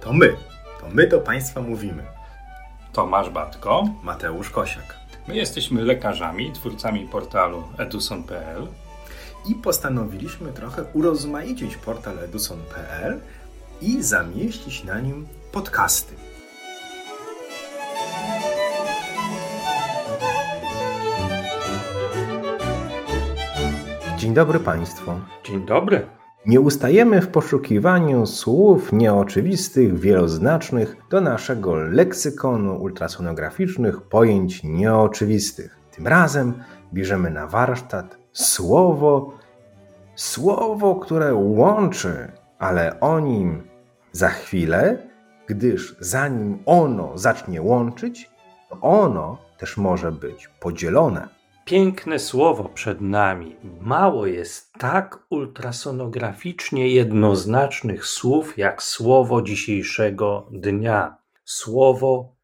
To my do Państwa mówimy. Tomasz Batko, Mateusz Kosiak. My jesteśmy lekarzami, twórcami portalu eduson.pl i postanowiliśmy trochę urozmaicić portal eduson.pl i zamieścić na nim podcasty. Dzień dobry Państwu. Dzień dobry. Nie ustajemy w poszukiwaniu słów nieoczywistych, wieloznacznych do naszego leksykonu ultrasonograficznych pojęć nieoczywistych. Tym razem bierzemy na warsztat słowo, które łączy, ale o nim za chwilę, gdyż zanim ono zacznie łączyć, to ono też może być podzielone. Piękne słowo przed nami. Mało jest tak ultrasonograficznie jednoznacznych słów, jak słowo dzisiejszego dnia. Słowo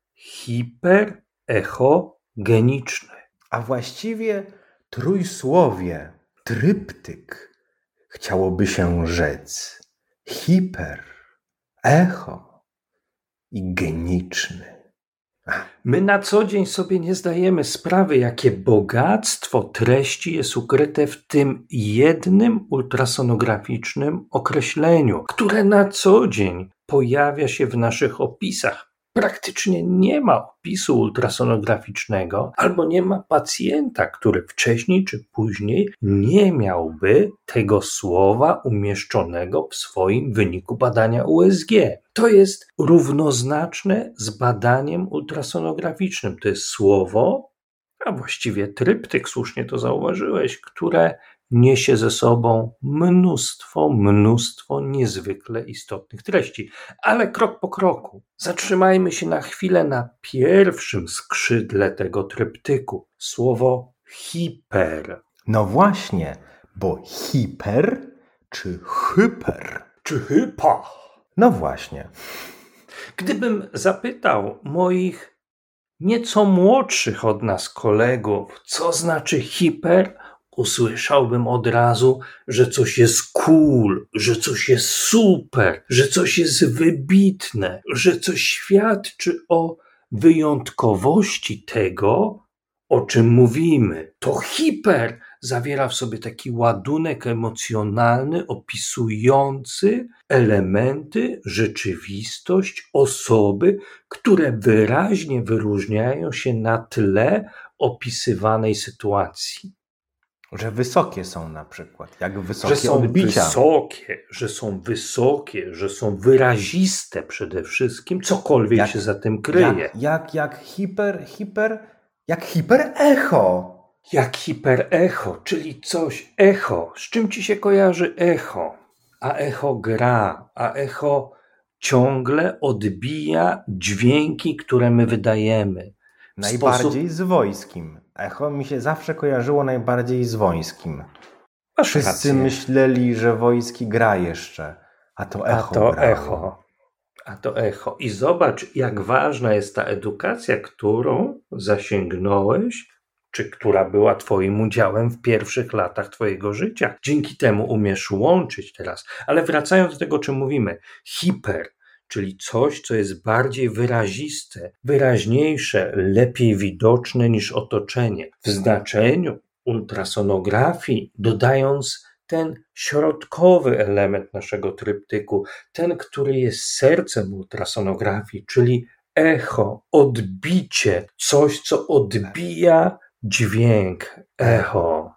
hiperechogeniczny. A właściwie trójsłowie, tryptyk, chciałoby się rzec. Hiper, echo i geniczny. My na co dzień sobie nie zdajemy sprawy, jakie bogactwo treści jest ukryte w tym jednym ultrasonograficznym określeniu, które na co dzień pojawia się w naszych opisach. Praktycznie nie ma opisu ultrasonograficznego albo nie ma pacjenta, który wcześniej czy później nie miałby tego słowa umieszczonego w swoim wyniku badania USG. To jest równoznaczne z badaniem ultrasonograficznym. To jest słowo, a właściwie tryptyk, słusznie to zauważyłeś, które niesie ze sobą mnóstwo niezwykle istotnych treści. Ale krok po kroku. Zatrzymajmy się na chwilę na pierwszym skrzydle tego tryptyku. Słowo hiper. No właśnie, bo hiper czy hyper? Czy hypa? No właśnie. Gdybym zapytał moich nieco młodszych od nas kolegów, co znaczy hiper, usłyszałbym od razu, że coś jest cool, że coś jest super, że coś jest wybitne, że coś świadczy o wyjątkowości tego, o czym mówimy. To hiper zawiera w sobie taki ładunek emocjonalny opisujący elementy, rzeczywistość, osoby, które wyraźnie wyróżniają się na tle opisywanej sytuacji. Że wysokie są na przykład, jak wysokie odbicia. Że są wyraziste przede wszystkim, cokolwiek się za tym kryje. Jak hiperecho. Jak hiperecho, czyli coś echo. Z czym ci się kojarzy echo? A echo gra, a echo ciągle odbija dźwięki, które my wydajemy. Najbardziej z wojskim. Echo mi się zawsze kojarzyło najbardziej z wojskim. Wszyscy myśleli, że wojski gra jeszcze, a to echo. A to echo. I zobacz, jak ważna jest ta edukacja, którą zasięgnąłeś, czy która była twoim udziałem w pierwszych latach twojego życia. Dzięki temu umiesz łączyć teraz. Ale wracając do tego, o czym mówimy. Hiper, czyli coś, co jest bardziej wyraziste, wyraźniejsze, lepiej widoczne niż otoczenie. W znaczeniu ultrasonografii, dodając ten środkowy element naszego tryptyku, ten, który jest sercem ultrasonografii, czyli echo, odbicie, coś, co odbija dźwięk, echo.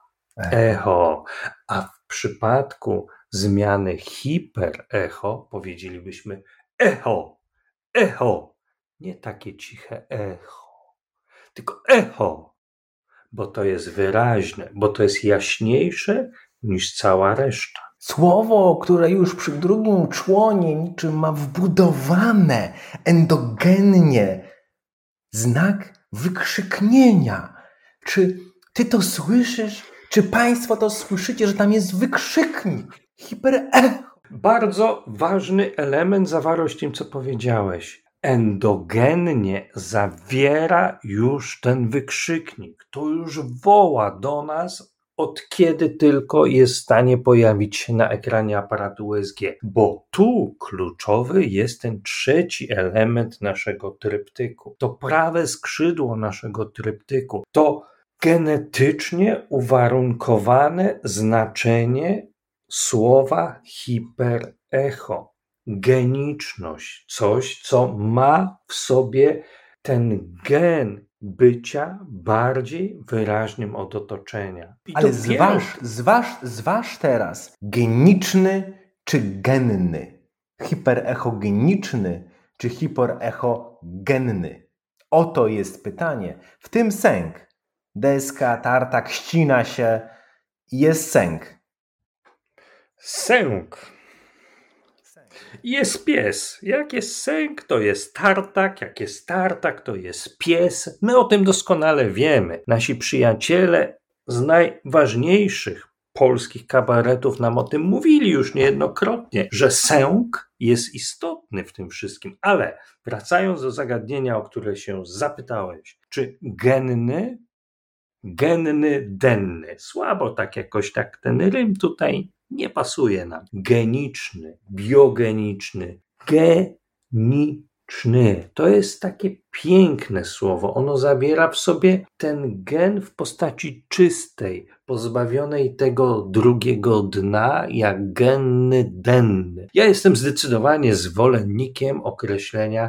A w przypadku zmiany hiperecho powiedzielibyśmy echo, nie takie ciche echo, tylko echo, bo to jest wyraźne, bo to jest jaśniejsze niż cała reszta. Słowo, które już przy drugim członie niczym ma wbudowane endogennie znak wykrzyknienia. Czy ty to słyszysz? Czy państwo to słyszycie, że tam jest wykrzyknik? Hiperecho. Bardzo ważny element zawarłeś w tym, co powiedziałeś. Endogennie zawiera już ten wykrzyknik. To już woła do nas od kiedy tylko jest w stanie pojawić się na ekranie aparatu USG, bo tu kluczowy jest ten trzeci element naszego tryptyku. To prawe skrzydło naszego tryptyku, to genetycznie uwarunkowane znaczenie słowa hiperecho. Geniczność, coś, co ma w sobie ten gen bycia bardziej wyraźnym od otoczenia. Ale zważ teraz, geniczny czy genny? Hiperechogeniczny czy hiperechogenny? Oto jest pytanie. W tym sęk. Deska, tartak, ścina się i jest sęk. Sęk. Jest pies. Jak jest sęk, to jest tartak. Jak jest tartak, to jest pies. My o tym doskonale wiemy. Nasi przyjaciele z najważniejszych polskich kabaretów nam o tym mówili już niejednokrotnie, że sęk jest istotny w tym wszystkim. Ale wracając do zagadnienia, o które się zapytałeś, czy genny, denny. Słabo tak jakoś tak ten rym tutaj nie pasuje nam. Geniczny, biogeniczny, geniczny. To jest takie piękne słowo. Ono zawiera w sobie ten gen w postaci czystej, pozbawionej tego drugiego dna, jak genny, denny. Ja jestem zdecydowanie zwolennikiem określenia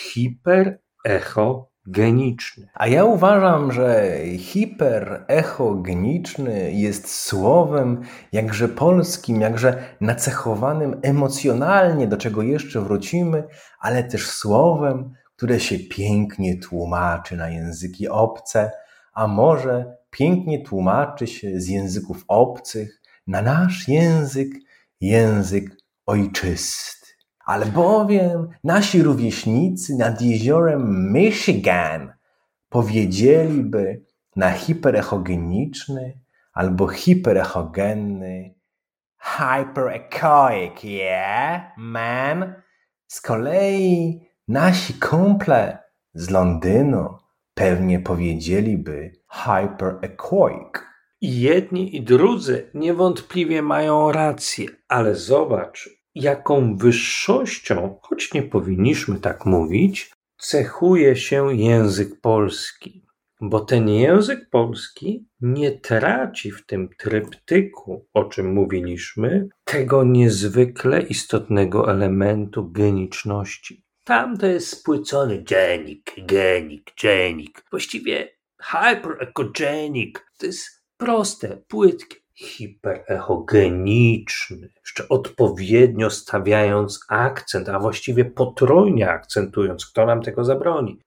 hiperechogeniczny. A ja uważam, że hiperechogeniczny jest słowem jakże polskim, jakże nacechowanym emocjonalnie, do czego jeszcze wrócimy, ale też słowem, które się pięknie tłumaczy na języki obce, a może pięknie tłumaczy się z języków obcych na nasz język ojczysty. Albowiem nasi rówieśnicy nad jeziorem Michigan powiedzieliby na hiperechogeniczny albo hiperechogenny hyperechoic, yeah, man. Z kolei nasi kumple z Londynu pewnie powiedzieliby hyperechoic. I jedni i drudzy niewątpliwie mają rację, ale zobacz, jaką wyższością, choć nie powinniśmy tak mówić, cechuje się język polski. Bo ten język polski nie traci w tym tryptyku, o czym mówiliśmy, tego niezwykle istotnego elementu geniczności. Tam to jest spłycony genik. Właściwie hyperechogenik. To jest proste, płytkie. Hiperechogeniczny, jeszcze odpowiednio stawiając akcent, a właściwie potrójnie akcentując, kto nam tego zabroni.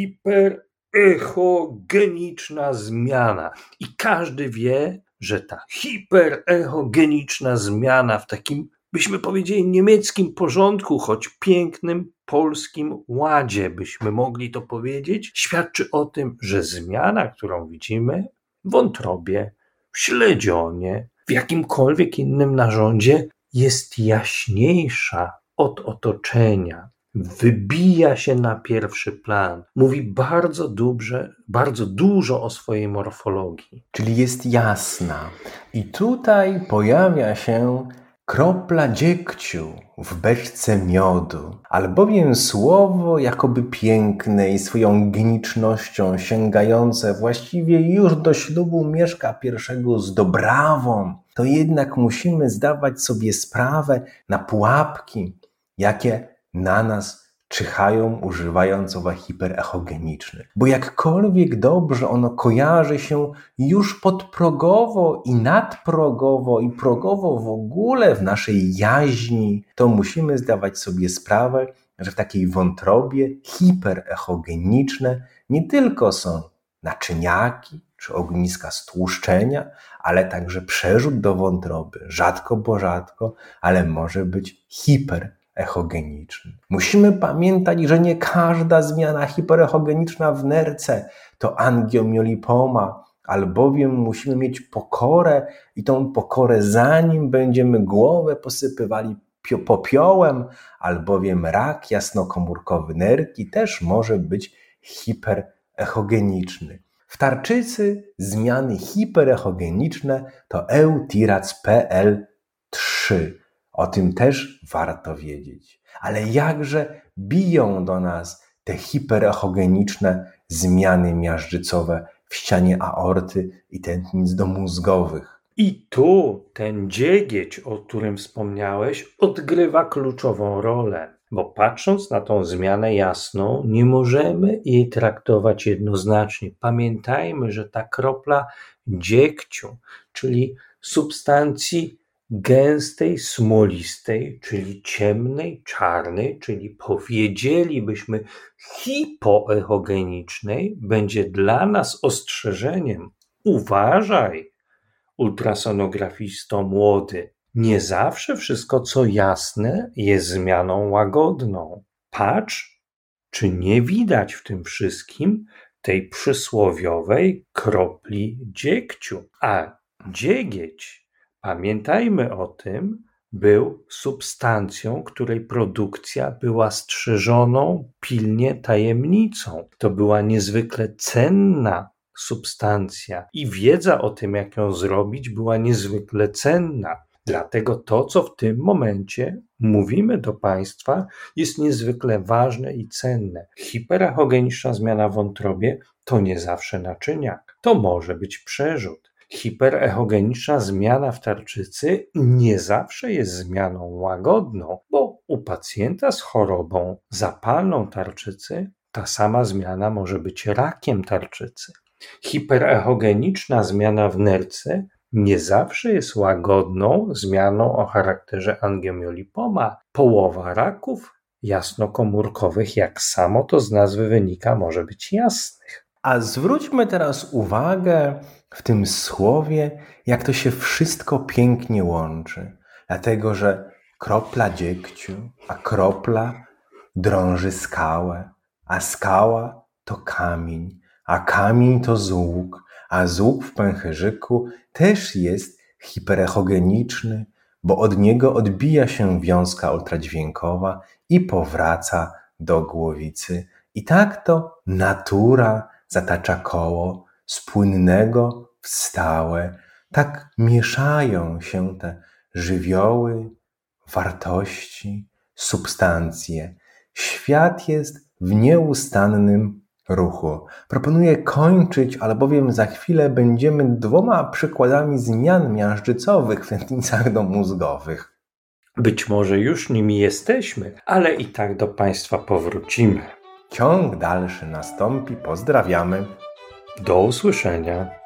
Hiperechogeniczna zmiana. I każdy wie, że ta hiperechogeniczna zmiana w takim, byśmy powiedzieli, niemieckim porządku, choć pięknym polskim ładzie, byśmy mogli to powiedzieć, świadczy o tym, że zmiana, którą widzimy w wątrobie, w śledzionie, w jakimkolwiek innym narządzie jest jaśniejsza od otoczenia. Wybija się na pierwszy plan. Mówi bardzo dużo o swojej morfologii. Czyli jest jasna. I tutaj pojawia się kropla dziegciu w beczce miodu, albowiem słowo jakoby piękne i swoją genicznością sięgające właściwie już do ślubu Mieszka I z Dobrawą, to jednak musimy zdawać sobie sprawę na pułapki, jakie na nas czyhają, używając słowa hiperechogeniczny. Bo jakkolwiek dobrze ono kojarzy się już podprogowo i nadprogowo i progowo w ogóle w naszej jaźni, to musimy zdawać sobie sprawę, że w takiej wątrobie hiperechogeniczne nie tylko są naczyniaki czy ogniska stłuszczenia, ale także przerzut do wątroby, rzadko bo rzadko, ale może być hiperechogeniczny. Musimy pamiętać, że nie każda zmiana hiperechogeniczna w nerce to angiomiolipoma, albowiem musimy mieć pokorę i tą pokorę, zanim będziemy głowę posypywali popiołem, albowiem rak jasnokomórkowy nerki też może być hiperechogeniczny. W tarczycy zmiany hiperechogeniczne to Eutirac-PL3. O tym też warto wiedzieć. Ale jakże biją do nas te hiperechogeniczne zmiany miażdżycowe w ścianie aorty i tętnic domózgowych. I tu ten dziegieć, o którym wspomniałeś, odgrywa kluczową rolę. Bo patrząc na tą zmianę jasną, nie możemy jej traktować jednoznacznie. Pamiętajmy, że ta kropla dziegciu, czyli substancji gęstej, smolistej, czyli ciemnej, czarnej, czyli powiedzielibyśmy hipoechogenicznej, będzie dla nas ostrzeżeniem. Uważaj, ultrasonografisto młody. Nie zawsze wszystko, co jasne, jest zmianą łagodną. Patrz, czy nie widać w tym wszystkim tej przysłowiowej kropli dziegciu. A dziegieć, pamiętajmy o tym, był substancją, której produkcja była strzeżoną pilnie tajemnicą. To była niezwykle cenna substancja i wiedza o tym, jak ją zrobić, była niezwykle cenna. Dlatego to, co w tym momencie mówimy do Państwa, jest niezwykle ważne i cenne. Hiperechogeniczna zmiana w wątrobie to nie zawsze naczyniak. To może być przerzut. Hiperechogeniczna zmiana w tarczycy nie zawsze jest zmianą łagodną, bo u pacjenta z chorobą zapalną tarczycy ta sama zmiana może być rakiem tarczycy. Hiperechogeniczna zmiana w nerce nie zawsze jest łagodną zmianą o charakterze angiomiolipoma. Połowa raków jasnokomórkowych, jak samo to z nazwy wynika, może być jasnych. A zwróćmy teraz uwagę w tym słowie, jak to się wszystko pięknie łączy. Dlatego, że kropla dziegciu, a kropla drąży skałę, a skała to kamień, a kamień to złóg, a złóg w pęcherzyku też jest hiperechogeniczny, bo od niego odbija się wiązka ultradźwiękowa i powraca do głowicy. I tak to natura zatacza koło z płynnego w stałe. Tak mieszają się te żywioły, wartości, substancje. Świat jest w nieustannym ruchu. Proponuję kończyć, albowiem za chwilę będziemy 2 przykładami zmian miażdżycowych w tętnicach domózgowych. Być może już nimi jesteśmy, ale i tak do Państwa powrócimy. Ciąg dalszy nastąpi. Pozdrawiamy. Do usłyszenia.